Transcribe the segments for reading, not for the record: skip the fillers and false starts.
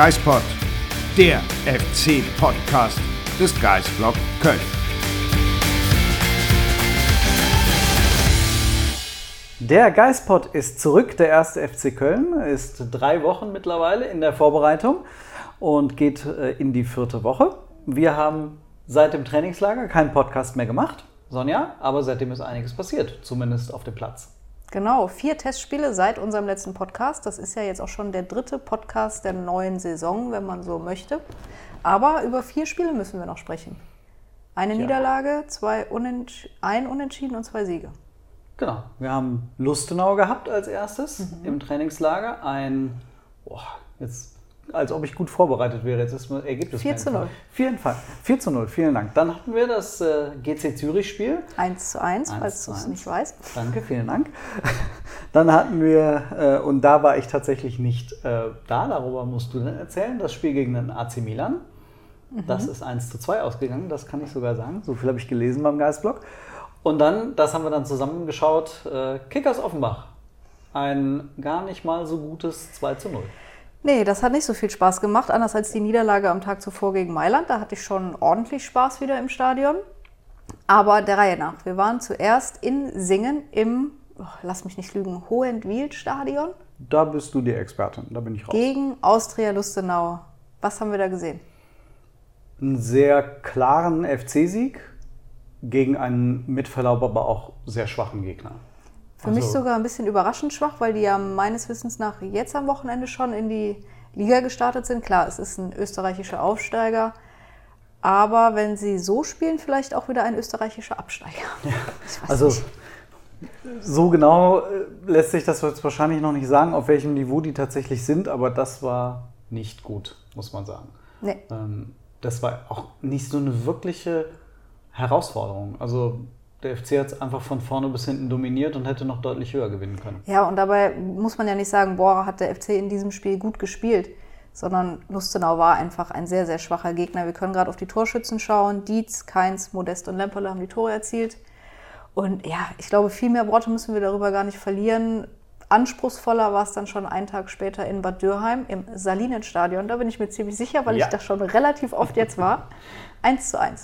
Geispod, der FC-Podcast des Geisblog Köln. Der Geispod ist zurück, der erste FC Köln, ist 3 Wochen mittlerweile in der Vorbereitung und geht in die 4. Woche. Wir haben seit dem Trainingslager keinen Podcast mehr gemacht, Sonja, aber seitdem ist einiges passiert, zumindest auf dem Platz. Genau, 4 Testspiele seit unserem letzten Podcast. Das ist ja jetzt auch schon der 3. Podcast der neuen Saison, wenn man so möchte. Aber über 4 Spiele müssen wir noch sprechen. Eine Niederlage, 1 Unentschieden und 2 Siege. Genau, wir haben Lustenau gehabt als erstes im Trainingslager. Jetzt, als ob ich gut vorbereitet wäre, jetzt ist das Ergebnis 4:0. 4:0, vielen Dank. Dann hatten wir das GC Zürich-Spiel. 1:1, falls du es nicht weißt. Danke, vielen Dank. Dann hatten wir, und da war ich tatsächlich nicht da, darüber musst du dann erzählen, das Spiel gegen den AC Milan. Das ist 1:2 ausgegangen, das kann ich sogar sagen. So viel habe ich gelesen beim Geistblog. Und dann, das haben wir dann zusammengeschaut, Kickers Offenbach. Ein gar nicht mal so gutes 2:0. Nee, das hat nicht so viel Spaß gemacht, anders als die Niederlage am Tag zuvor gegen Mailand. Da hatte ich schon ordentlich Spaß wieder im Stadion. Aber der Reihe nach. Wir waren zuerst in Singen im, lass mich nicht lügen, Hohenwil-Stadion. Da bist du die Expertin, da bin ich raus. Gegen Austria Lustenau. Was haben wir da gesehen? Einen sehr klaren FC-Sieg gegen einen mit Verlaub aber auch sehr schwachen Gegner. Für mich sogar ein bisschen überraschend schwach, weil die ja meines Wissens nach jetzt am Wochenende schon in die Liga gestartet sind. Klar, es ist ein österreichischer Aufsteiger, aber wenn sie so spielen, vielleicht auch wieder ein österreichischer Absteiger. Ja, nicht. So genau lässt sich das jetzt wahrscheinlich noch nicht sagen, auf welchem Niveau die tatsächlich sind, aber das war nicht gut, muss man sagen. Nee. Das war auch nicht so eine wirkliche Herausforderung. Also der FC hat es einfach von vorne bis hinten dominiert und hätte noch deutlich höher gewinnen können. Ja, und dabei muss man ja nicht sagen, hat der FC in diesem Spiel gut gespielt, sondern Lustenau war einfach ein sehr, sehr schwacher Gegner. Wir können gerade auf die Torschützen schauen. Dietz, Kainz, Modest und Lemperle haben die Tore erzielt. Und ja, ich glaube, viel mehr Worte müssen wir darüber gar nicht verlieren. Anspruchsvoller war es dann schon einen Tag später in Bad Dürheim im Salinenstadion. Da bin ich mir ziemlich sicher, weil ich da schon relativ oft jetzt war. 1:1.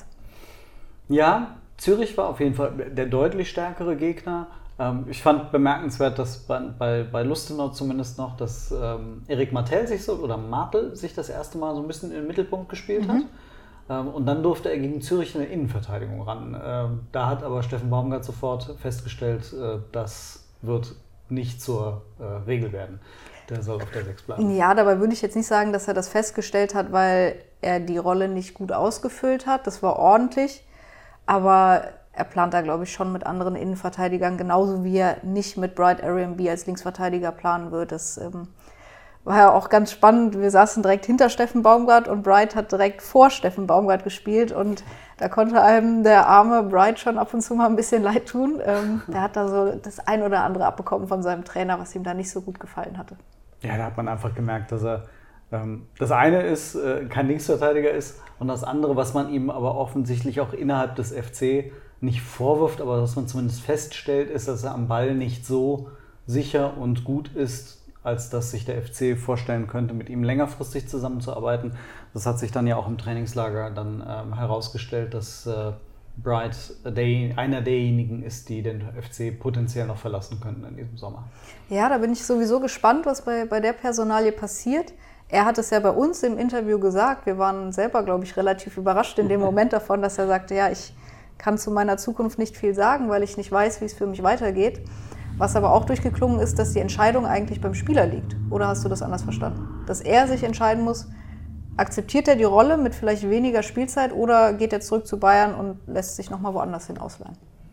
Ja, Zürich war auf jeden Fall der deutlich stärkere Gegner. Ich fand bemerkenswert, dass bei Lustenau zumindest noch, dass Erik Martel sich das erste Mal so ein bisschen in den Mittelpunkt gespielt hat. Und dann durfte er gegen Zürich in der Innenverteidigung ran. Da hat aber Steffen Baumgart sofort festgestellt, das wird nicht zur Regel werden. Der soll auf der 6 bleiben. Ja, dabei würde ich jetzt nicht sagen, dass er das festgestellt hat, weil er die Rolle nicht gut ausgefüllt hat. Das war ordentlich. Aber er plant da, glaube ich, schon mit anderen Innenverteidigern, genauso wie er nicht mit Bright Ariambi als Linksverteidiger planen wird. Das war ja auch ganz spannend. Wir saßen direkt hinter Steffen Baumgart und Bright hat direkt vor Steffen Baumgart gespielt. Und da konnte einem der arme Bright schon ab und zu mal ein bisschen leid tun. Der hat da so das ein oder andere abbekommen von seinem Trainer, was ihm da nicht so gut gefallen hatte. Ja, da hat man einfach gemerkt, dass er das eine ist, kein Linksverteidiger ist und das andere, was man ihm aber offensichtlich auch innerhalb des FC nicht vorwirft, aber was man zumindest feststellt, ist, dass er am Ball nicht so sicher und gut ist, als dass sich der FC vorstellen könnte, mit ihm längerfristig zusammenzuarbeiten. Das hat sich dann ja auch im Trainingslager dann herausgestellt, dass Bright einer derjenigen ist, die den FC potenziell noch verlassen könnten in diesem Sommer. Ja, da bin ich sowieso gespannt, was bei der Personalie passiert. Er hat es ja bei uns im Interview gesagt. Wir waren selber, glaube ich, relativ überrascht in dem Moment davon, dass er sagte, ja, ich kann zu meiner Zukunft nicht viel sagen, weil ich nicht weiß, wie es für mich weitergeht. Was aber auch durchgeklungen ist, dass die Entscheidung eigentlich beim Spieler liegt. Oder hast du das anders verstanden? Dass er sich entscheiden muss, akzeptiert er die Rolle mit vielleicht weniger Spielzeit oder geht er zurück zu Bayern und lässt sich nochmal woanders hin ausleihen?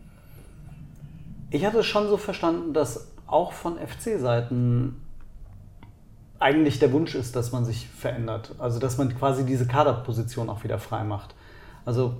Ich hatte es schon so verstanden, dass auch von FC-Seiten eigentlich der Wunsch ist, dass man sich verändert. Also, dass man quasi diese Kaderposition auch wieder frei macht. Also,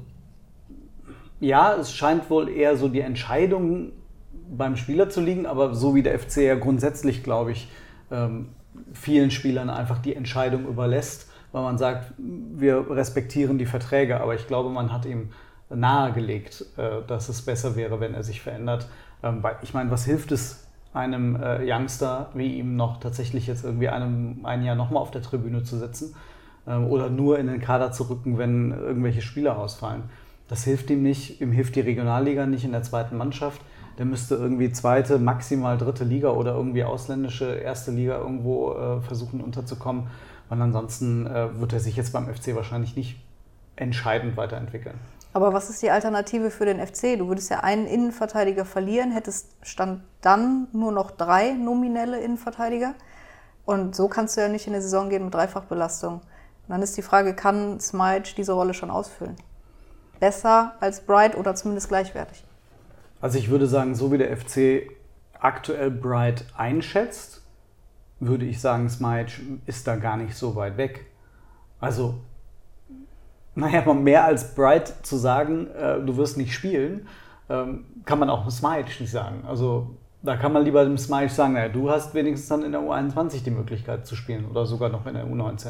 ja, es scheint wohl eher so die Entscheidung beim Spieler zu liegen, aber so wie der FC ja grundsätzlich, glaube ich, vielen Spielern einfach die Entscheidung überlässt, weil man sagt, wir respektieren die Verträge, aber ich glaube, man hat ihm nahegelegt, dass es besser wäre, wenn er sich verändert. Weil ich meine, was hilft es einem Youngster wie ihm noch tatsächlich jetzt irgendwie ein Jahr nochmal auf der Tribüne zu sitzen oder nur in den Kader zu rücken, wenn irgendwelche Spieler ausfallen. Das hilft ihm nicht, ihm hilft die Regionalliga nicht in der zweiten Mannschaft. Der müsste irgendwie zweite, maximal dritte Liga oder irgendwie ausländische erste Liga irgendwo versuchen unterzukommen. Und ansonsten wird er sich jetzt beim FC wahrscheinlich nicht entscheidend weiterentwickeln. Aber was ist die Alternative für den FC? Du würdest ja einen Innenverteidiger verlieren, hättest Stand dann nur noch 3 nominelle Innenverteidiger. Und so kannst du ja nicht in eine Saison gehen mit Dreifachbelastung. Und dann ist die Frage, kann Smice diese Rolle schon ausfüllen? Besser als Bright oder zumindest gleichwertig? Also ich würde sagen, so wie der FC aktuell Bright einschätzt, würde ich sagen, Smice ist da gar nicht so weit weg. Also, naja, mehr als Bright zu sagen, du wirst nicht spielen, kann man auch Smice nicht sagen. Also da kann man lieber dem Smice sagen, naja, du hast wenigstens dann in der U21 die Möglichkeit zu spielen oder sogar noch in der U19.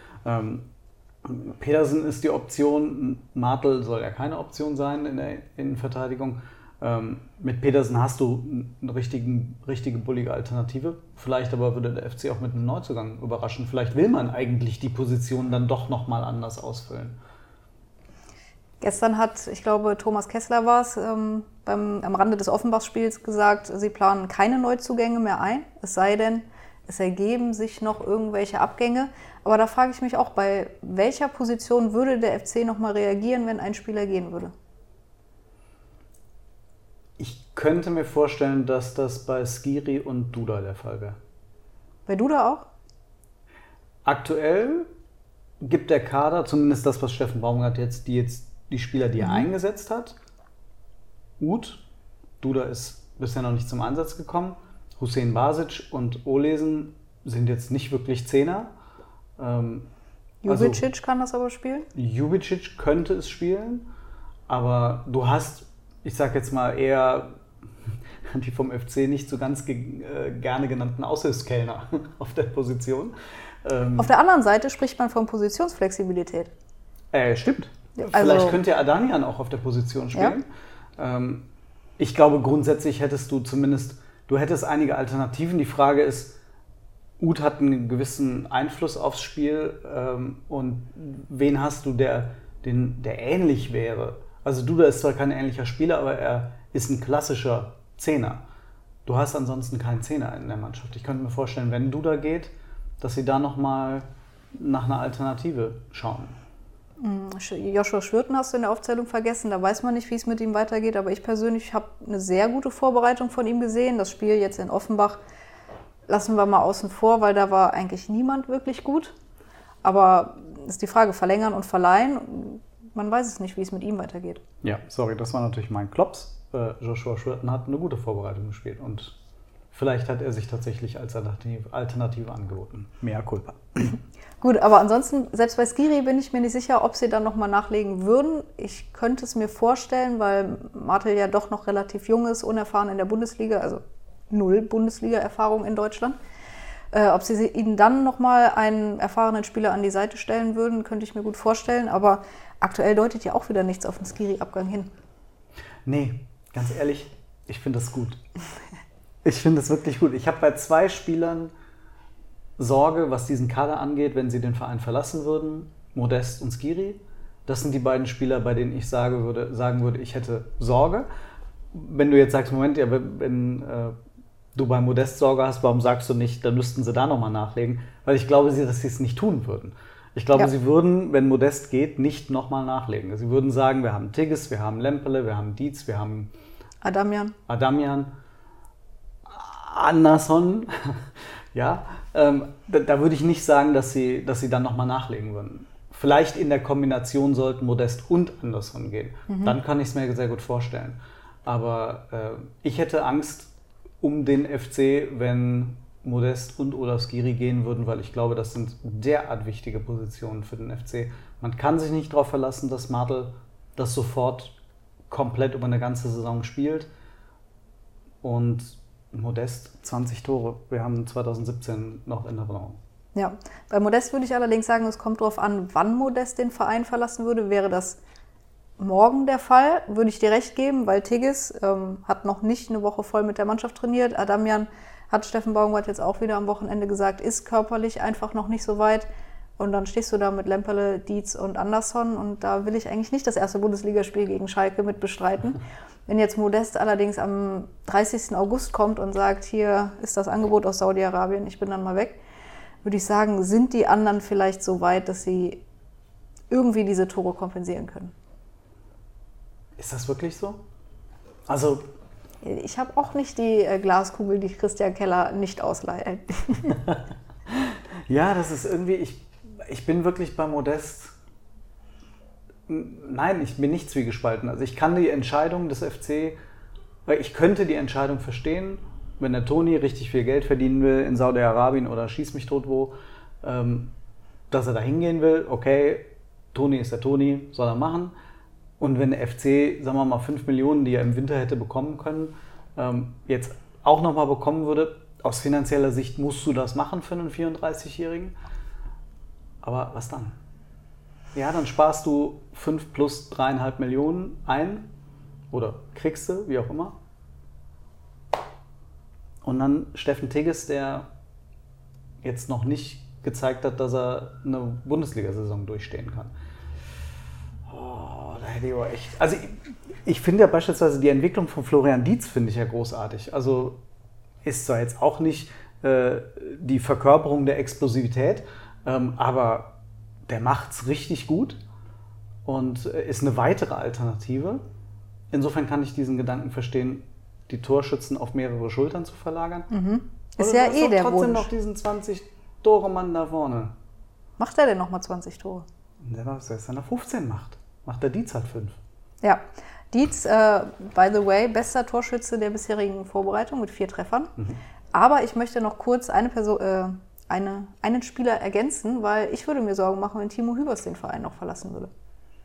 Pedersen ist die Option, Martel soll ja keine Option sein in der Innenverteidigung. Mit Pedersen hast du eine richtige bullige Alternative. Vielleicht aber würde der FC auch mit einem Neuzugang überraschen. Vielleicht will man eigentlich die Position dann doch nochmal anders ausfüllen. Gestern hat, ich glaube, Thomas Kessler war es, am Rande des Offenbach-Spiels gesagt, sie planen keine Neuzugänge mehr ein. Es sei denn, es ergeben sich noch irgendwelche Abgänge. Aber da frage ich mich auch, bei welcher Position würde der FC nochmal reagieren, wenn ein Spieler gehen würde? Ich könnte mir vorstellen, dass das bei Skiri und Duda der Fall wäre. Bei Duda auch? Aktuell gibt der Kader, zumindest das, was Steffen Baumgart jetzt die Spieler, die er eingesetzt hat, gut. Duda ist bisher noch nicht zum Einsatz gekommen. Hussein Basic und Olesen sind jetzt nicht wirklich Zehner. Jubicic kann das aber spielen? Jubicic könnte es spielen, aber du hast, ich sag jetzt mal eher die vom FC nicht so ganz gerne genannten Aushilfskellner auf der Position. Auf der anderen Seite spricht man von Positionsflexibilität. Stimmt. Also, vielleicht könnte ja Adamian auch auf der Position spielen. Ja. Ich glaube, grundsätzlich hättest du hättest einige Alternativen. Die Frage ist, Uth hat einen gewissen Einfluss aufs Spiel und wen hast du, der ähnlich wäre? Also Duda ist zwar kein ähnlicher Spieler, aber er ist ein klassischer Zehner. Du hast ansonsten keinen Zehner in der Mannschaft. Ich könnte mir vorstellen, wenn Duda geht, dass sie da nochmal nach einer Alternative schauen. Joshua Schwirten hast du in der Aufzählung vergessen, da weiß man nicht, wie es mit ihm weitergeht, aber ich persönlich habe eine sehr gute Vorbereitung von ihm gesehen. Das Spiel jetzt in Offenbach lassen wir mal außen vor, weil da war eigentlich niemand wirklich gut. Aber ist die Frage, verlängern und verleihen, man weiß es nicht, wie es mit ihm weitergeht. Ja, sorry, das war natürlich mein Klops. Joshua Schwirten hat eine gute Vorbereitung gespielt und vielleicht hat er sich tatsächlich als Alternative angeboten. Mea culpa. Gut, aber ansonsten, selbst bei Skiri bin ich mir nicht sicher, ob sie dann nochmal nachlegen würden. Ich könnte es mir vorstellen, weil Martel ja doch noch relativ jung ist, unerfahren in der Bundesliga, also 0 Bundesliga-Erfahrung in Deutschland. Ob sie ihnen dann nochmal einen erfahrenen Spieler an die Seite stellen würden, könnte ich mir gut vorstellen. Aber aktuell deutet ja auch wieder nichts auf den Skiri-Abgang hin. Nee, ganz ehrlich, ich finde das gut. Ich finde das wirklich gut. Ich habe bei 2 Spielern Sorge, was diesen Kader angeht, wenn sie den Verein verlassen würden. Modest und Skiri. Das sind die beiden Spieler, bei denen ich sagen würde, ich hätte Sorge. Wenn du jetzt sagst, Moment, ja, wenn du bei Modest Sorge hast, warum sagst du nicht, dann müssten sie da nochmal nachlegen? Weil ich glaube, dass sie es nicht tun würden. Ich glaube, sie würden, wenn Modest geht, nicht nochmal nachlegen. Sie würden sagen, wir haben Tigges, wir haben Lempele, wir haben Dietz, wir haben Adamian. Anderson. Ja, da würde ich nicht sagen, dass sie dann nochmal nachlegen würden. Vielleicht in der Kombination sollten Modest und Anderson gehen. Dann kann ich es mir sehr gut vorstellen. Aber ich hätte Angst um den FC, wenn Modest und oder Skiri gehen würden, weil ich glaube, das sind derart wichtige Positionen für den FC. Man kann sich nicht darauf verlassen, dass Martel das sofort komplett über eine ganze Saison spielt. Und Modest 20 Tore. Wir haben 2017 noch in Erinnerung. Ja, bei Modest würde ich allerdings sagen, es kommt darauf an, wann Modest den Verein verlassen würde. Wäre das morgen der Fall, würde ich dir recht geben, weil Tigges hat noch nicht eine Woche voll mit der Mannschaft trainiert. Adamjan hat Steffen Baumgart jetzt auch wieder am Wochenende gesagt, ist körperlich einfach noch nicht so weit. Und dann stehst du da mit Lemperle, Dietz und Andersson und da will ich eigentlich nicht das erste Bundesligaspiel gegen Schalke mit bestreiten. Wenn jetzt Modest allerdings am 30. August kommt und sagt, hier ist das Angebot aus Saudi-Arabien, ich bin dann mal weg, würde ich sagen, sind die anderen vielleicht so weit, dass sie irgendwie diese Tore kompensieren können. Ist das wirklich so? Also ich habe auch nicht die Glaskugel, die Christian Keller nicht ausleiht. Ja, das ist irgendwie, ich bin wirklich bei Modest, nein, ich bin nicht zwiegespalten. Also ich kann die Entscheidung des FC, weil ich könnte die Entscheidung verstehen, wenn der Toni richtig viel Geld verdienen will in Saudi-Arabien oder schieß mich tot wo, dass er da hingehen will, okay, Toni ist der Toni, soll er machen. Und wenn der FC, sagen wir mal, 5 Millionen, die er im Winter hätte bekommen können, jetzt auch nochmal bekommen würde, aus finanzieller Sicht musst du das machen für einen 34-Jährigen. Aber was dann? Ja, dann sparst du 5 plus 3,5 Millionen ein oder kriegst du, wie auch immer. Und dann Steffen Tigges, der jetzt noch nicht gezeigt hat, dass er eine Bundesliga-Saison durchstehen kann. Oh, da hätte ich aber echt... Also ich finde ja beispielsweise die Entwicklung von Florian Dietz finde ich ja großartig. Also ist zwar jetzt auch nicht die Verkörperung der Explosivität, aber der macht's richtig gut und ist eine weitere Alternative. Insofern kann ich diesen Gedanken verstehen, die Torschützen auf mehrere Schultern zu verlagern. Mhm. Ist ja eh der Wunsch. Trotzdem noch diesen 20-Tore-Mann da vorne. Macht er denn nochmal 20 Tore? Selbst wenn er 15 macht der Dietz halt 5. Ja, Dietz, by the way, bester Torschütze der bisherigen Vorbereitung mit 4 Treffern. Mhm. Aber ich möchte noch kurz einen Spieler ergänzen, weil ich würde mir Sorgen machen, wenn Timo Hübers den Verein noch verlassen würde.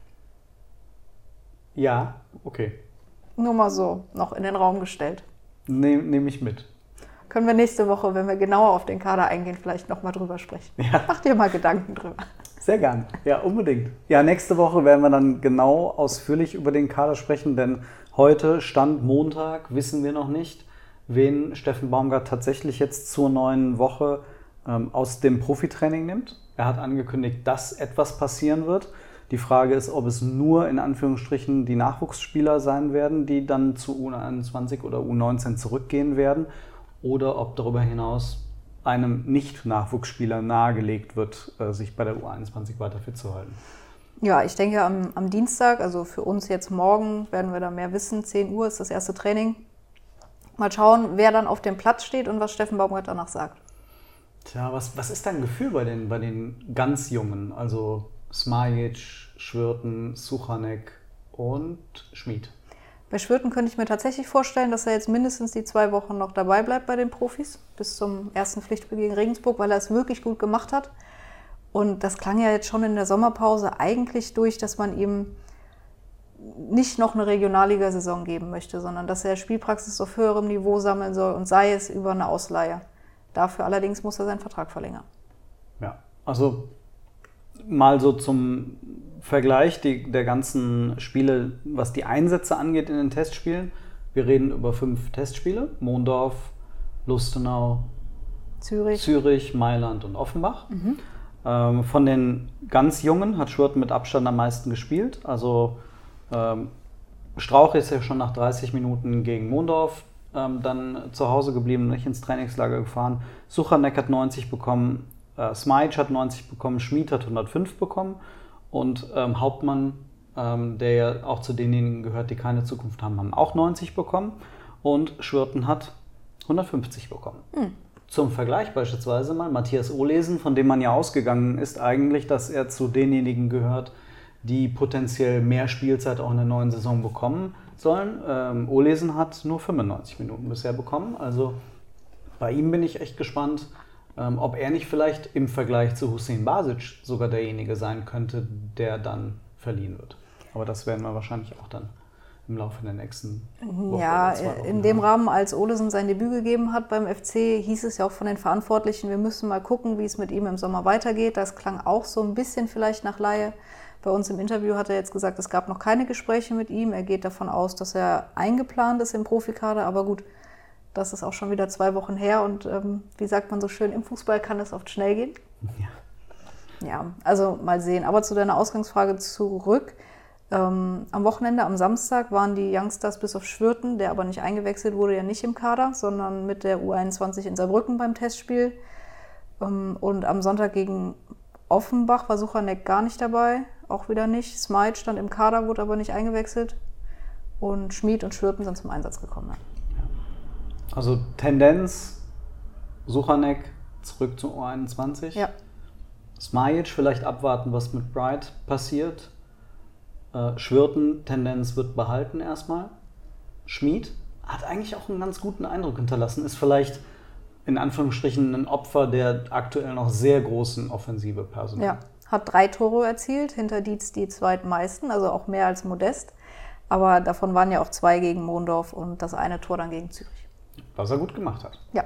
Ja, okay. Nur mal so, noch in den Raum gestellt. Nehme ich mit. Können wir nächste Woche, wenn wir genauer auf den Kader eingehen, vielleicht nochmal drüber sprechen. Ja. Mach dir mal Gedanken drüber. Sehr gern, ja, unbedingt. Ja, nächste Woche werden wir dann genau ausführlich über den Kader sprechen, denn heute, Stand Montag, wissen wir noch nicht, wen Steffen Baumgart tatsächlich jetzt zur neuen Woche aus dem Profitraining nimmt. Er hat angekündigt, dass etwas passieren wird. Die Frage ist, ob es nur in Anführungsstrichen die Nachwuchsspieler sein werden, die dann zu U21 oder U19 zurückgehen werden, oder ob darüber hinaus einem Nicht-Nachwuchsspieler nahegelegt wird, sich bei der U21 weiter fit zu halten. Ja, ich denke am Dienstag, also für uns jetzt morgen, werden wir da mehr wissen. 10 Uhr ist das erste Training. Mal schauen, wer dann auf dem Platz steht und was Steffen Baumgart danach sagt. Tja, was ist dein Gefühl bei den ganz Jungen? Also Smajic, Schwirten, Suchanek und Schmid. Bei Schwirten könnte ich mir tatsächlich vorstellen, dass er jetzt mindestens die 2 Wochen noch dabei bleibt bei den Profis, bis zum ersten Pflichtspiel gegen Regensburg, weil er es wirklich gut gemacht hat. Und das klang ja jetzt schon in der Sommerpause eigentlich durch, dass man ihm nicht noch eine Regionalliga-Saison geben möchte, sondern dass er Spielpraxis auf höherem Niveau sammeln soll und sei es über eine Ausleihe. Dafür allerdings muss er seinen Vertrag verlängern. Ja, also mal so zum Vergleich der ganzen Spiele, was die Einsätze angeht in den Testspielen. Wir reden über 5 Testspiele: Mondorf, Lustenau, Zürich, Mailand und Offenbach. Mhm. Von den ganz Jungen hat Schwirten mit Abstand am meisten gespielt. Also Strauch ist ja schon nach 30 Minuten gegen Mondorf dann zu Hause geblieben, nicht ins Trainingslager gefahren. Suchanek hat 90 bekommen, Smajic hat 90 bekommen, Schmid hat 105 bekommen und Hauptmann, der ja auch zu denjenigen gehört, die keine Zukunft haben, haben auch 90 bekommen und Schwirten hat 150 bekommen. Mhm. Zum Vergleich beispielsweise mal Matthias Ohlesen, von dem man ja ausgegangen ist eigentlich, dass er zu denjenigen gehört, die potenziell mehr Spielzeit auch in der neuen Saison bekommen sollen. Ohlesen hat nur 95 Minuten bisher bekommen. Also bei ihm bin ich echt gespannt, ob er nicht vielleicht im Vergleich zu Hüseyin Basic sogar derjenige sein könnte, der dann verliehen wird. Aber das werden wir wahrscheinlich auch dann im Laufe der nächsten Woche. Ja, in dem Rahmen, als Ohlesen sein Debüt gegeben hat beim FC, hieß es ja auch von den Verantwortlichen, wir müssen mal gucken, wie es mit ihm im Sommer weitergeht. Das klang auch so ein bisschen vielleicht nach Leihe. Bei uns im Interview hat er jetzt gesagt, es gab noch keine Gespräche mit ihm. Er geht davon aus, dass er eingeplant ist im Profikader. Aber gut, das ist auch schon wieder 2 Wochen her. Und wie sagt man so schön, im Fußball kann es oft schnell gehen. Ja, also mal sehen. Aber zu deiner Ausgangsfrage zurück. Am Wochenende, am Samstag, waren die Youngsters bis auf Schwirten, der aber nicht eingewechselt wurde, ja nicht im Kader, sondern mit der U21 in Saarbrücken beim Testspiel. Und am Sonntag gegen Offenbach war Suchanek gar nicht dabei, auch wieder nicht. Smythe stand im Kader, wurde aber nicht eingewechselt. Und Schmid und Schwirten sind zum Einsatz gekommen. Also Tendenz, Suchanek zurück zur U21. Ja. Smythe vielleicht abwarten, was mit Bright passiert. Schwirten, Tendenz wird behalten erstmal. Schmid hat eigentlich auch einen ganz guten Eindruck hinterlassen, ist vielleicht in Anführungsstrichen ein Opfer der aktuell noch sehr großen offensive Personal. Ja, hat 3 Tore erzielt, hinter Dietz die zweitmeisten, also auch mehr als Modest. Aber davon waren ja auch 2 gegen Mondorf und das eine Tor dann gegen Zürich. Was er gut gemacht hat. Ja.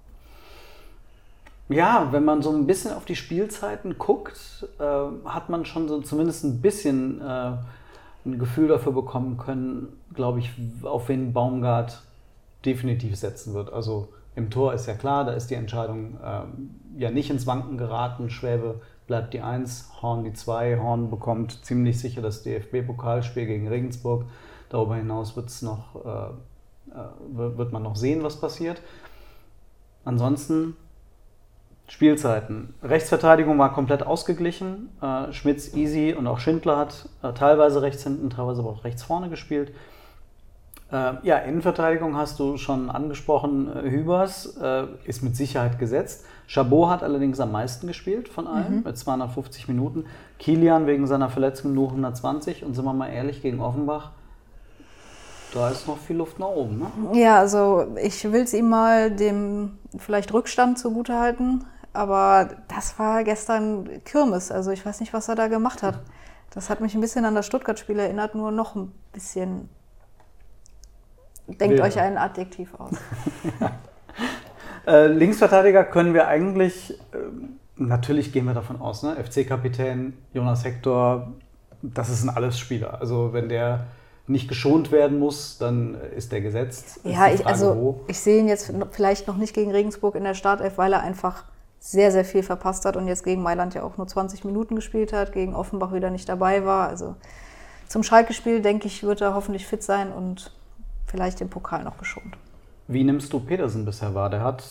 Ja, wenn man so ein bisschen auf die Spielzeiten guckt, hat man schon so zumindest ein bisschen ein Gefühl dafür bekommen können, glaube ich, auf wen Baumgart definitiv setzen wird. Also im Tor ist ja klar, da ist die Entscheidung ja nicht ins Wanken geraten. Schwäbe bleibt die 1, Horn die 2. Horn bekommt ziemlich sicher das DFB-Pokalspiel gegen Regensburg. Darüber hinaus wird man noch sehen, was passiert. Ansonsten Spielzeiten. Rechtsverteidigung war komplett ausgeglichen. Schmitz easy und auch Schindler hat teilweise rechts hinten, teilweise aber auch rechts vorne gespielt. Ja, Innenverteidigung hast du schon angesprochen. Hübers ist mit Sicherheit gesetzt. Chabot hat allerdings am meisten gespielt von allen, mit 250 Minuten. Kilian wegen seiner Verletzung nur 120. Und sind wir mal ehrlich, gegen Offenbach, da ist noch viel Luft nach oben, ne? Ja, also ich will es ihm mal dem vielleicht Rückstand zugutehalten. Aber das war gestern Kirmes. Also ich weiß nicht, was er da gemacht hat. Das hat mich ein bisschen an das Stuttgart-Spiel erinnert, nur noch ein bisschen. Denkt euch ein Adjektiv aus. Linksverteidiger können wir eigentlich, natürlich gehen wir davon aus, ne? FC-Kapitän Jonas Hector, das ist ein Alles-Spieler. Also wenn der nicht geschont werden muss, dann ist der gesetzt. Ja, ich sehe ihn jetzt vielleicht noch nicht gegen Regensburg in der Startelf, weil er einfach sehr, sehr viel verpasst hat und jetzt gegen Mailand ja auch nur 20 Minuten gespielt hat, gegen Offenbach wieder nicht dabei war. Also zum Schalke-Spiel, denke ich, wird er hoffentlich fit sein und vielleicht im Pokal noch geschont. Wie nimmst du Petersen bisher wahr? Der hat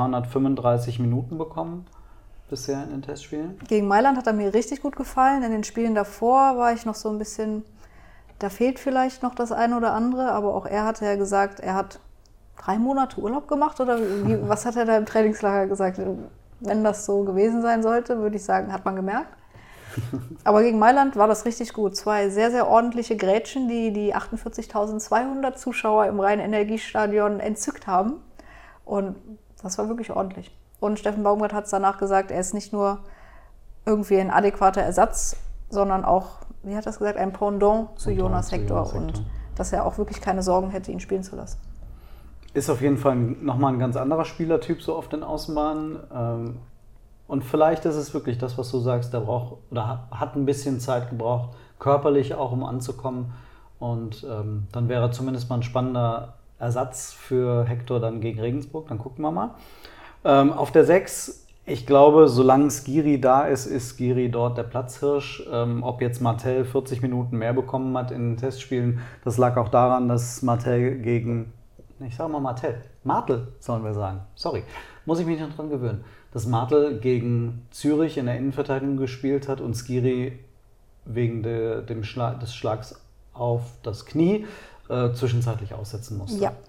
235 Minuten bekommen bisher in den Testspielen. Gegen Mailand hat er mir richtig gut gefallen. In den Spielen davor war ich noch so ein bisschen, da fehlt vielleicht noch das eine oder andere, aber auch er hatte ja gesagt, er hat 3 Monate Urlaub gemacht oder was hat er da im Trainingslager gesagt? Wenn das so gewesen sein sollte, würde ich sagen, hat man gemerkt. Aber gegen Mailand war das richtig gut. 2 sehr, sehr ordentliche Grätschen, die 48.200 Zuschauer im Rhein-Energiestadion entzückt haben. Und das war wirklich ordentlich. Und Steffen Baumgart hat es danach gesagt, er ist nicht nur irgendwie ein adäquater Ersatz, sondern auch, wie hat er es gesagt, ein Pendant zu Jonas Hector. Und dass er auch wirklich keine Sorgen hätte, ihn spielen zu lassen. Ist auf jeden Fall nochmal ein ganz anderer Spielertyp so auf den Außenbahnen. Und vielleicht ist es wirklich das, was du sagst, der braucht oder hat ein bisschen Zeit gebraucht, körperlich auch, um anzukommen. Und dann wäre zumindest mal ein spannender Ersatz für Hector dann gegen Regensburg. Dann gucken wir mal. Auf der 6, ich glaube, solange Skiri da ist, ist Skiri dort der Platzhirsch. Ob jetzt Martel 40 Minuten mehr bekommen hat in den Testspielen, das lag auch daran, dass Martel gegen... Ich sage mal Martel sollen wir sagen. Sorry, muss ich mich noch dran gewöhnen. Dass Martel gegen Zürich in der Innenverteidigung gespielt hat und Skiri wegen des Schlags auf das Knie zwischenzeitlich aussetzen musste. Ja.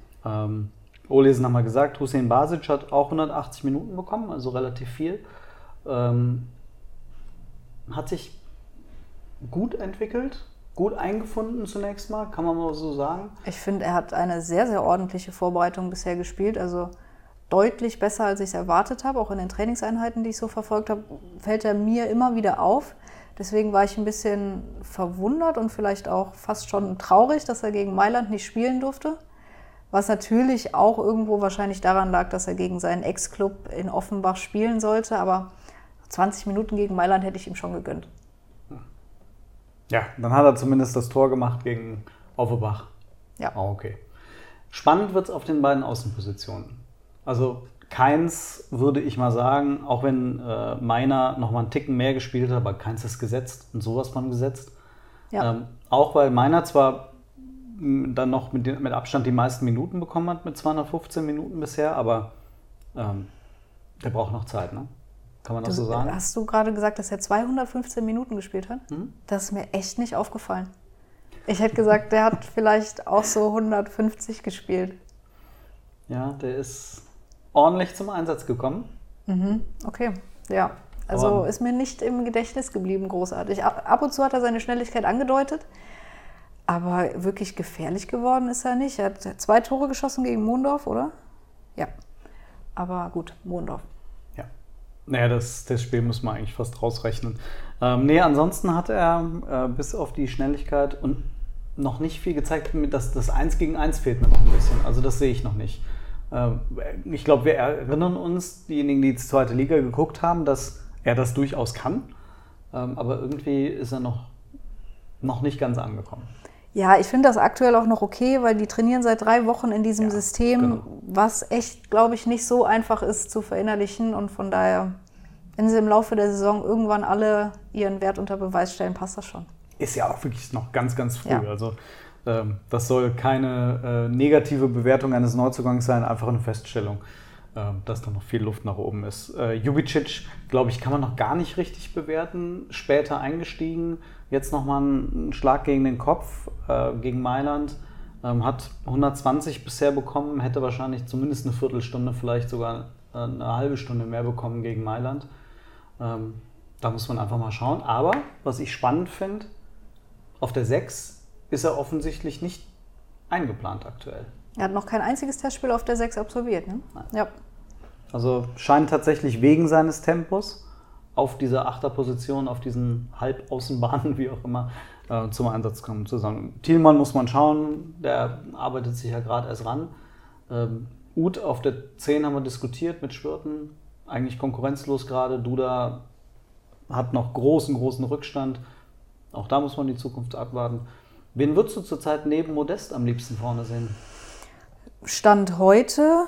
Olesen haben wir gesagt, Hussein Basic hat auch 180 Minuten bekommen, also relativ viel. Hat sich gut entwickelt. Gut eingefunden zunächst mal, kann man mal so sagen. Ich finde, er hat eine sehr, sehr ordentliche Vorbereitung bisher gespielt. Also deutlich besser, als ich es erwartet habe. Auch in den Trainingseinheiten, die ich so verfolgt habe, fällt er mir immer wieder auf. Deswegen war ich ein bisschen verwundert und vielleicht auch fast schon traurig, dass er gegen Mailand nicht spielen durfte. Was natürlich auch irgendwo wahrscheinlich daran lag, dass er gegen seinen Ex-Club in Offenbach spielen sollte. Aber 20 Minuten gegen Mailand hätte ich ihm schon gegönnt. Ja, dann hat er zumindest das Tor gemacht gegen Offenbach. Ja. Oh, okay. Spannend wird es auf den beiden Außenpositionen. Also keins würde ich mal sagen, auch wenn Meiner noch mal einen Ticken mehr gespielt hat, aber keins ist gesetzt und sowas von gesetzt. Ja. Auch weil Meiner zwar dann noch mit Abstand die meisten Minuten bekommen hat, mit 215 Minuten bisher, aber der braucht noch Zeit, ne? Kann man das so sagen? Hast du gerade gesagt, dass er 215 Minuten gespielt hat? Das ist mir echt nicht aufgefallen. Ich hätte gesagt, der hat vielleicht auch so 150 gespielt. Ja, der ist ordentlich zum Einsatz gekommen. Okay, ja. Also ist mir nicht im Gedächtnis geblieben, großartig. Ab und zu hat er seine Schnelligkeit angedeutet, aber wirklich gefährlich geworden ist er nicht. Er hat 2 Tore geschossen gegen Mondorf, oder? Ja. Aber gut, Mondorf. Ja. Naja, das Spiel muss man eigentlich fast rausrechnen. Ansonsten hat er bis auf die Schnelligkeit und noch nicht viel gezeigt. Das 1 gegen 1 fehlt mir noch ein bisschen. Also das sehe ich noch nicht. Ich glaube, wir erinnern uns, diejenigen, die die zweite Liga geguckt haben, dass er das durchaus kann. Aber irgendwie ist er noch nicht ganz angekommen. Ja, ich finde das aktuell auch noch okay, weil die trainieren seit 3 Wochen in diesem System, genau. Was echt, glaube ich, nicht so einfach ist zu verinnerlichen. Und von daher, wenn sie im Laufe der Saison irgendwann alle ihren Wert unter Beweis stellen, passt das schon. Ist ja auch wirklich noch ganz, ganz früh. Ja. Also das soll keine negative Bewertung eines Neuzugangs sein, einfach eine Feststellung, dass da noch viel Luft nach oben ist. Jubicic, glaube ich, kann man noch gar nicht richtig bewerten. Später eingestiegen, jetzt nochmal einen Schlag gegen den Kopf, gegen Mailand. Hat 120 bisher bekommen, hätte wahrscheinlich zumindest eine Viertelstunde, vielleicht sogar eine halbe Stunde mehr bekommen gegen Mailand. Da muss man einfach mal schauen. Aber, was ich spannend finde, auf der 6 ist er offensichtlich nicht eingeplant aktuell. Er hat noch kein einziges Testspiel auf der 6 absolviert, ne? Nein. Ja. Also scheint tatsächlich wegen seines Tempos auf dieser Achterposition, auf diesen Halbaußenbahnen, wie auch immer, zum Einsatz kommen zusammen. Thielmann muss man schauen, der arbeitet sich ja gerade erst ran. Uth auf der 10 haben wir diskutiert mit Schwirten, eigentlich konkurrenzlos gerade. Duda hat noch großen Rückstand. Auch da muss man die Zukunft abwarten. Wen würdest du zurzeit neben Modest am liebsten vorne sehen? Stand heute,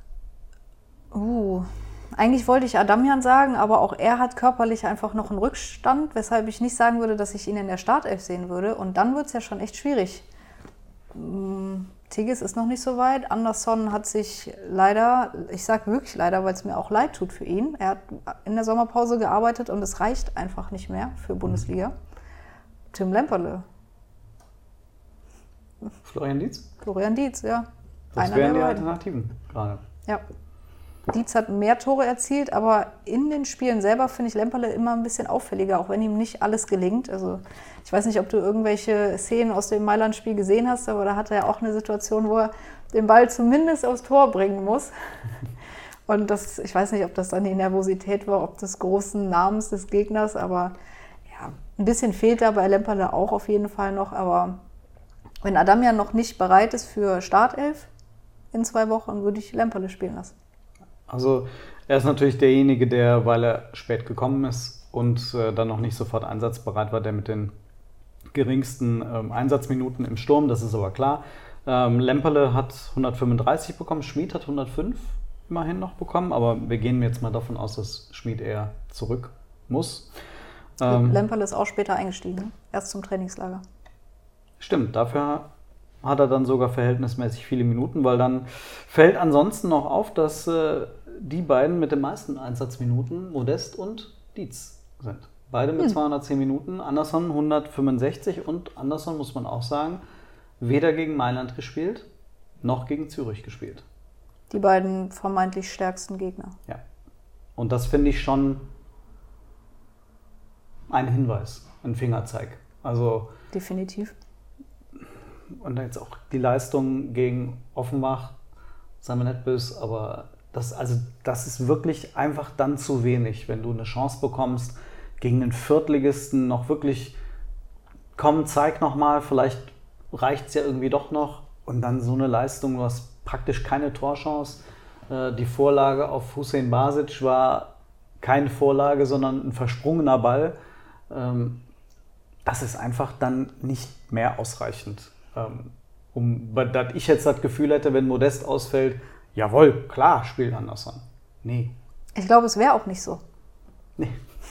eigentlich wollte ich Adamjan sagen, aber auch er hat körperlich einfach noch einen Rückstand, weshalb ich nicht sagen würde, dass ich ihn in der Startelf sehen würde. Und dann wird es ja schon echt schwierig. Tigges ist noch nicht so weit. Anderson hat sich leider, ich sage wirklich leider, weil es mir auch leid tut für ihn. Er hat in der Sommerpause gearbeitet und es reicht einfach nicht mehr für Bundesliga. Tim Lemperle. Florian Dietz? Florian Dietz, ja. Das Einer wären der die beiden. Alternativen gerade. Ja. Dietz hat mehr Tore erzielt, aber in den Spielen selber finde ich Lemperle immer ein bisschen auffälliger, auch wenn ihm nicht alles gelingt. Also ich weiß nicht, ob du irgendwelche Szenen aus dem Mailand-Spiel gesehen hast, aber da hatte er auch eine Situation, wo er den Ball zumindest aufs Tor bringen muss. Und ich weiß nicht, ob das dann die Nervosität war, ob des großen Namens des Gegners, aber ja, ein bisschen fehlt da bei Lemperle auch auf jeden Fall noch. Aber wenn Adamjan noch nicht bereit ist für Startelf in 2 Wochen, würde ich Lemperle spielen lassen. Also er ist natürlich derjenige, der, weil er spät gekommen ist und dann noch nicht sofort einsatzbereit war, der mit den geringsten Einsatzminuten im Sturm, das ist aber klar. Lemperle hat 135 bekommen, Schmid hat 105 immerhin noch bekommen, aber wir gehen jetzt mal davon aus, dass Schmid eher zurück muss. Lemperle ist auch später eingestiegen, erst zum Trainingslager. Stimmt, dafür hat er dann sogar verhältnismäßig viele Minuten, weil dann fällt ansonsten noch auf, dass die beiden mit den meisten Einsatzminuten Modest und Dietz sind. Beide mit 210 Minuten, Anderson 165 und Anderson, muss man auch sagen, weder gegen Mailand gespielt, noch gegen Zürich gespielt. Die beiden vermeintlich stärksten Gegner. Ja, und das finde ich schon ein Hinweis, ein Fingerzeig. Also Definitiv. und jetzt auch die Leistung gegen Offenbach, seien wir nicht böse, aber das ist wirklich einfach dann zu wenig, wenn du eine Chance bekommst, gegen den Viertligisten noch wirklich, komm, zeig nochmal, vielleicht reicht es ja irgendwie doch noch und dann so eine Leistung, du hast praktisch keine Torchance. Die Vorlage auf Hussein Basic war keine Vorlage, sondern ein versprungener Ball. das ist einfach dann nicht mehr ausreichend. Dass ich jetzt das Gefühl hätte, wenn Modest ausfällt, jawohl, klar, spielt Anderson. Nee. Ich glaube, es wäre auch nicht so. Nee.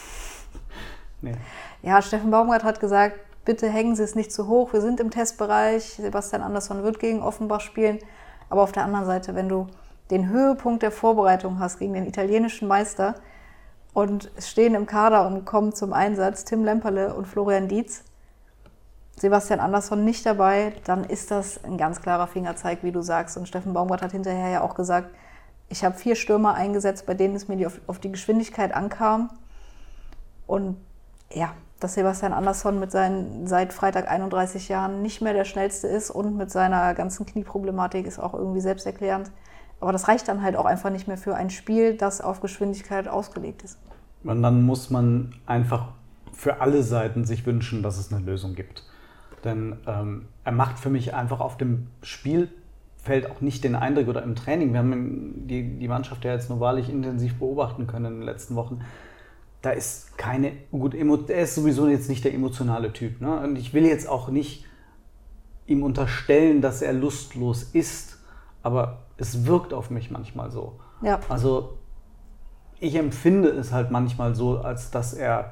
Ja, Steffen Baumgart hat gesagt, bitte hängen Sie es nicht zu hoch, wir sind im Testbereich, Sebastian Andersson wird gegen Offenbach spielen. Aber auf der anderen Seite, wenn du den Höhepunkt der Vorbereitung hast gegen den italienischen Meister und es stehen im Kader und kommen zum Einsatz Tim Lemperle und Florian Dietz, Sebastian Andersson nicht dabei, dann ist das ein ganz klarer Fingerzeig, wie du sagst. Und Steffen Baumgart hat hinterher ja auch gesagt, ich habe 4 Stürmer eingesetzt, bei denen es mir auf die Geschwindigkeit ankam. Und ja, dass Sebastian Andersson mit seinen seit Freitag 31 Jahren nicht mehr der Schnellste ist und mit seiner ganzen Knieproblematik ist auch irgendwie selbsterklärend. Aber das reicht dann halt auch einfach nicht mehr für ein Spiel, das auf Geschwindigkeit ausgelegt ist. Und dann muss man einfach für alle Seiten sich wünschen, dass es eine Lösung gibt. Denn er macht für mich einfach auf dem Spielfeld auch nicht den Eindruck oder im Training. Wir haben die Mannschaft ja jetzt nur wahrlich intensiv beobachten können in den letzten Wochen. Da ist keine gut, er ist sowieso jetzt nicht der emotionale Typ. Ne? Und ich will jetzt auch nicht ihm unterstellen, dass er lustlos ist, aber es wirkt auf mich manchmal so. Ja. Also ich empfinde es halt manchmal so, als dass er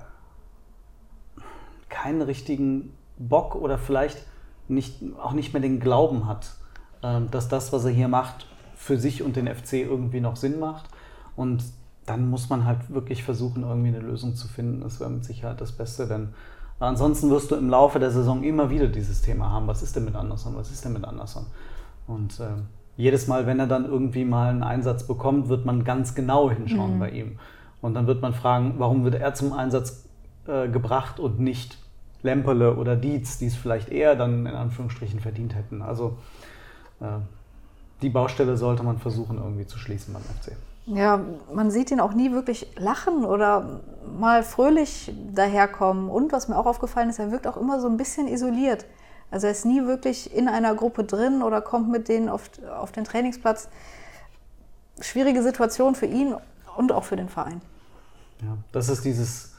keinen richtigen Bock oder vielleicht auch nicht mehr den Glauben hat, dass das, was er hier macht, für sich und den FC irgendwie noch Sinn macht. Und dann muss man halt wirklich versuchen, irgendwie eine Lösung zu finden. Das wäre mit Sicherheit das Beste, denn ansonsten wirst du im Laufe der Saison immer wieder dieses Thema haben. Was ist denn mit Andersson? Was ist denn mit Andersson? Und jedes Mal, wenn er dann irgendwie mal einen Einsatz bekommt, wird man ganz genau hinschauen bei ihm. Und dann wird man fragen, warum wird er zum Einsatz gebracht und nicht Lemperle oder Dietz, die es vielleicht eher dann in Anführungsstrichen verdient hätten. Also die Baustelle sollte man versuchen irgendwie zu schließen beim FC. Ja, man sieht ihn auch nie wirklich lachen oder mal fröhlich daherkommen. Und was mir auch aufgefallen ist, er wirkt auch immer so ein bisschen isoliert. Also er ist nie wirklich in einer Gruppe drin oder kommt mit denen auf den Trainingsplatz. Schwierige Situation für ihn und auch für den Verein. Ja, das ist dieses,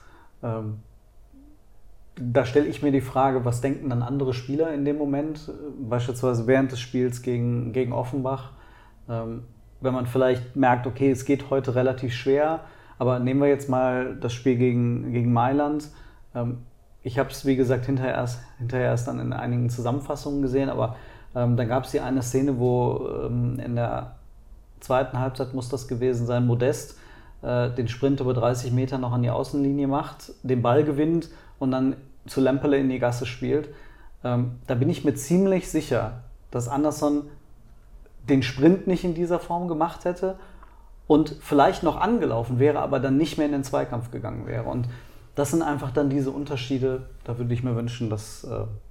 da stelle ich mir die Frage, was denken dann andere Spieler in dem Moment, beispielsweise während des Spiels gegen Offenbach, wenn man vielleicht merkt, okay, es geht heute relativ schwer, aber nehmen wir jetzt mal das Spiel gegen Mailand. Ich habe es, wie gesagt, hinterher erst dann in einigen Zusammenfassungen gesehen, aber dann gab es die eine Szene, wo in der zweiten Halbzeit muss das gewesen sein, Modest den Sprint über 30 Meter noch an die Außenlinie macht, den Ball gewinnt und dann zu Lemperle in die Gasse spielt. Da bin ich mir ziemlich sicher, dass Andersson den Sprint nicht in dieser Form gemacht hätte und vielleicht noch angelaufen wäre, aber dann nicht mehr in den Zweikampf gegangen wäre. Und das sind einfach dann diese Unterschiede, da würde ich mir wünschen, dass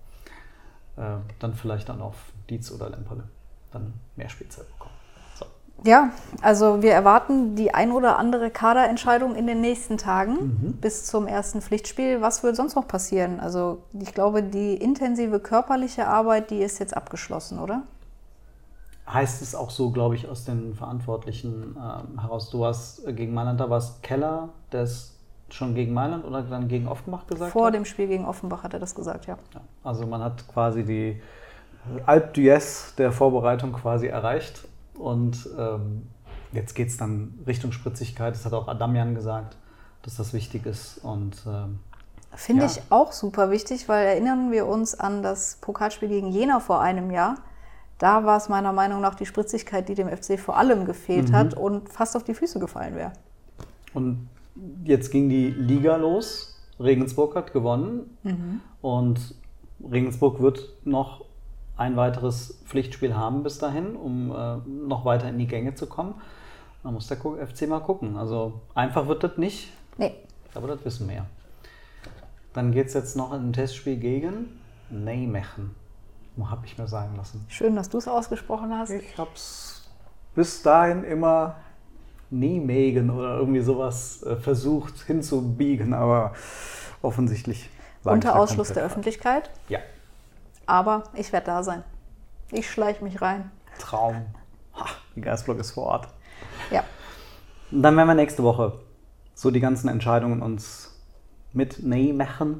dann vielleicht dann auf Dietz oder Lemperle dann mehr Spielzeit bekommen. So. Ja, also wir erwarten die ein oder andere Kaderentscheidung in den nächsten Tagen bis zum ersten Pflichtspiel. Was wird sonst noch passieren? Also ich glaube, die intensive körperliche Arbeit, die ist jetzt abgeschlossen, oder? Heißt es auch so, glaube ich, aus den Verantwortlichen heraus. Du hast gegen Mailand, da war es Keller, der es schon gegen Mailand oder dann gegen Offenbach gesagt hat? Vor dem Spiel gegen Offenbach hat er das gesagt, ja. Also man hat quasi die Alpe d'Huez der Vorbereitung quasi erreicht und jetzt geht es dann Richtung Spritzigkeit. Das hat auch Adamian gesagt, dass das wichtig ist. Und finde ich auch super wichtig, weil erinnern wir uns an das Pokalspiel gegen Jena vor einem Jahr. Da war es meiner Meinung nach die Spritzigkeit, die dem FC vor allem gefehlt hat und fast auf die Füße gefallen wäre. Und jetzt ging die Liga los. Regensburg hat gewonnen und Regensburg wird noch ein weiteres Pflichtspiel haben bis dahin, um noch weiter in die Gänge zu kommen. Da muss der FC mal gucken. Also einfach wird das nicht. Nee. Aber das wissen wir ja. Dann geht es jetzt noch in ein Testspiel gegen Nijmegen. Habe ich mir sagen lassen. Schön, dass du es ausgesprochen hast. Ich habe es bis dahin immer Nijmegen oder irgendwie sowas versucht hinzubiegen, aber offensichtlich unter Ausschluss der Öffentlichkeit. Ja. Aber ich werde da sein. Ich schleiche mich rein. Traum. Die Geistblog ist vor Ort. Ja. Und dann werden wir nächste Woche so die ganzen Entscheidungen uns mit Nijmegen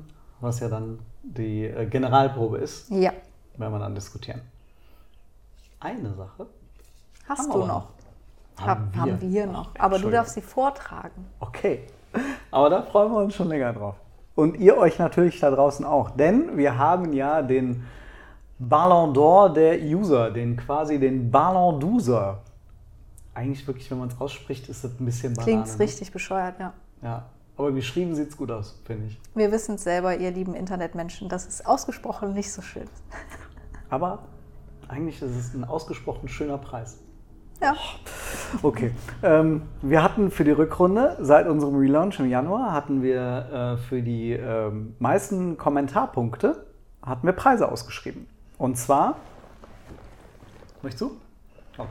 was ja dann die Generalprobe ist, Ja. werden wir dann diskutieren. Eine Sache Hast haben du wir noch? Haben wir noch. Aber du Entschuldigung. darfst sie vortragen. Okay, aber da freuen wir uns schon länger drauf. Und ihr euch natürlich da draußen auch, denn wir haben ja den Ballon d'Or der User, den Ballon d'User. Eigentlich wirklich, wenn man es ausspricht, ist das ein bisschen Banane. Klingt richtig bescheuert, ja. Ja, aber geschrieben sieht es gut aus, finde ich. Wir wissen es selber, ihr lieben Internetmenschen, dass es ausgesprochen nicht so schön ist. Aber eigentlich ist es ein ausgesprochen schöner Preis. Ja. Okay, wir hatten für die Rückrunde, seit unserem Relaunch im Januar, hatten wir für die meisten Kommentarpunkte hatten wir Preise ausgeschrieben. Und zwar, möchtest du? Oh.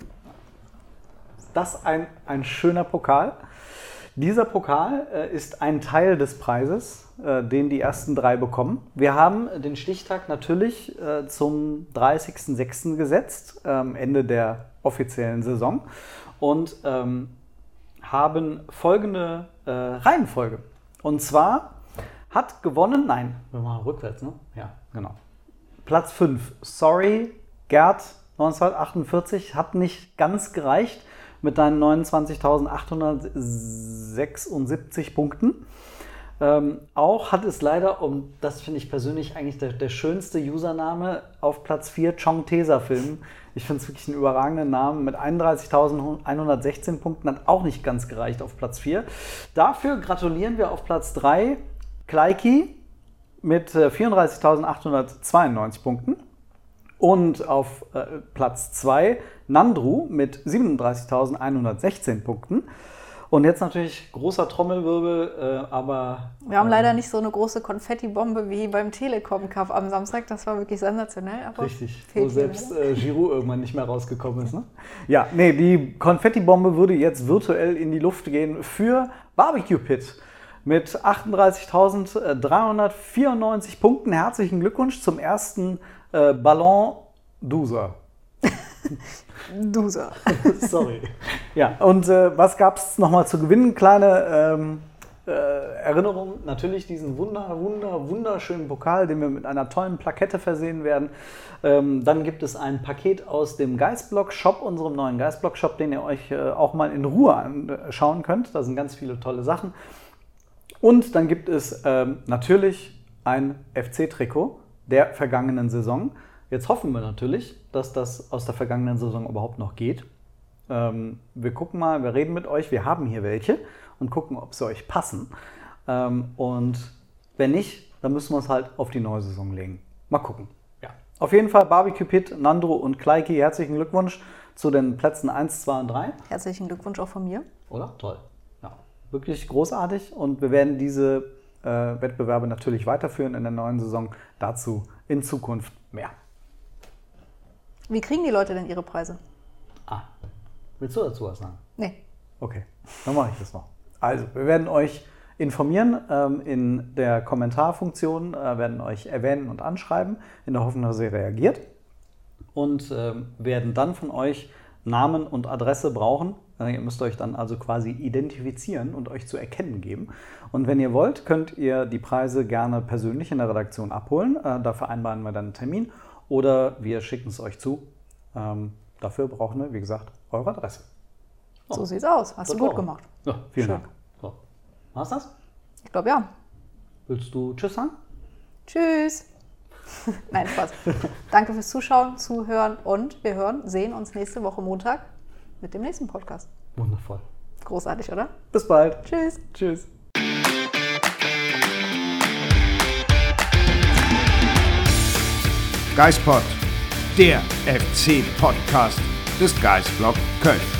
Das ist ein schöner Pokal. Dieser Pokal ist ein Teil des Preises, den die ersten 3 bekommen. Wir haben den Stichtag natürlich zum 30.06. gesetzt, Ende der offiziellen Saison, und haben folgende Reihenfolge. Und zwar hat gewonnen, nein, wir machen rückwärts, ne? Ja, genau. Platz 5, Sorry, Gerd 1948, hat nicht ganz gereicht mit deinen 29.876 Punkten. Auch hat es leider, das finde ich persönlich eigentlich der schönste Username, auf Platz 4 Chong Tesa Film. Ich finde es wirklich einen überragenden Namen. Mit 31.116 Punkten hat auch nicht ganz gereicht auf Platz 4. Dafür gratulieren wir auf Platz 3 Kleiki mit 34.892 Punkten. Und auf Platz 2 Nandru mit 37.116 Punkten. Und jetzt natürlich großer Trommelwirbel, aber... Wir haben leider nicht so eine große Konfetti-Bombe wie beim Telekom Cup am Samstag. Das war wirklich sensationell. Aber richtig, wo selbst Giroud irgendwann nicht mehr rausgekommen ist. Ne? Ja, nee, die Konfetti-Bombe würde jetzt virtuell in die Luft gehen für Barbecue Pit mit 38.394 Punkten. Herzlichen Glückwunsch zum ersten Ballon d'User. Duser. Sorry. Ja, und was gab es nochmal zu gewinnen? Kleine Erinnerung, natürlich diesen wunderschönen Pokal, den wir mit einer tollen Plakette versehen werden. Dann gibt es ein Paket aus dem Geistblock-Shop, unserem neuen Geistblock-Shop, den ihr euch auch mal in Ruhe anschauen könnt. Da sind ganz viele tolle Sachen. Und dann gibt es natürlich ein FC-Trikot der vergangenen Saison. Jetzt hoffen wir natürlich, dass das aus der vergangenen Saison überhaupt noch geht. Wir gucken mal, wir reden mit euch, wir haben hier welche und gucken, ob sie euch passen. Und wenn nicht, dann müssen wir es halt auf die neue Saison legen. Mal gucken. Ja. Auf jeden Fall Barbecue Pit, Nandro und Kleiki, herzlichen Glückwunsch zu den Plätzen 1, 2 und 3. Herzlichen Glückwunsch auch von mir. Oder? Toll. Ja, wirklich großartig und wir werden diese Wettbewerbe natürlich weiterführen in der neuen Saison. Dazu in Zukunft mehr. Wie kriegen die Leute denn ihre Preise? Willst du dazu was sagen? Nee. Okay, dann mache ich das noch. Also, wir werden euch informieren in der Kommentarfunktion, werden euch erwähnen und anschreiben, in der Hoffnung, dass ihr reagiert. Und werden dann von euch Namen und Adresse brauchen. Ihr müsst euch dann also quasi identifizieren und euch zu erkennen geben. Und wenn ihr wollt, könnt ihr die Preise gerne persönlich in der Redaktion abholen. Da vereinbaren wir dann einen Termin. Oder wir schicken es euch zu. Dafür brauchen wir, wie gesagt, eure Adresse. So sieht's aus. Hast du gut gemacht. Ja, vielen Schön. Dank. So. War's das? Ich glaube ja. Willst du Tschüss sagen? Tschüss. Nein, Spaß. Danke fürs Zuschauen, Zuhören und wir sehen uns nächste Woche Montag mit dem nächsten Podcast. Wundervoll. Großartig, oder? Bis bald. Tschüss. Tschüss. Geispod, der FC-Podcast des Geistblog Köln.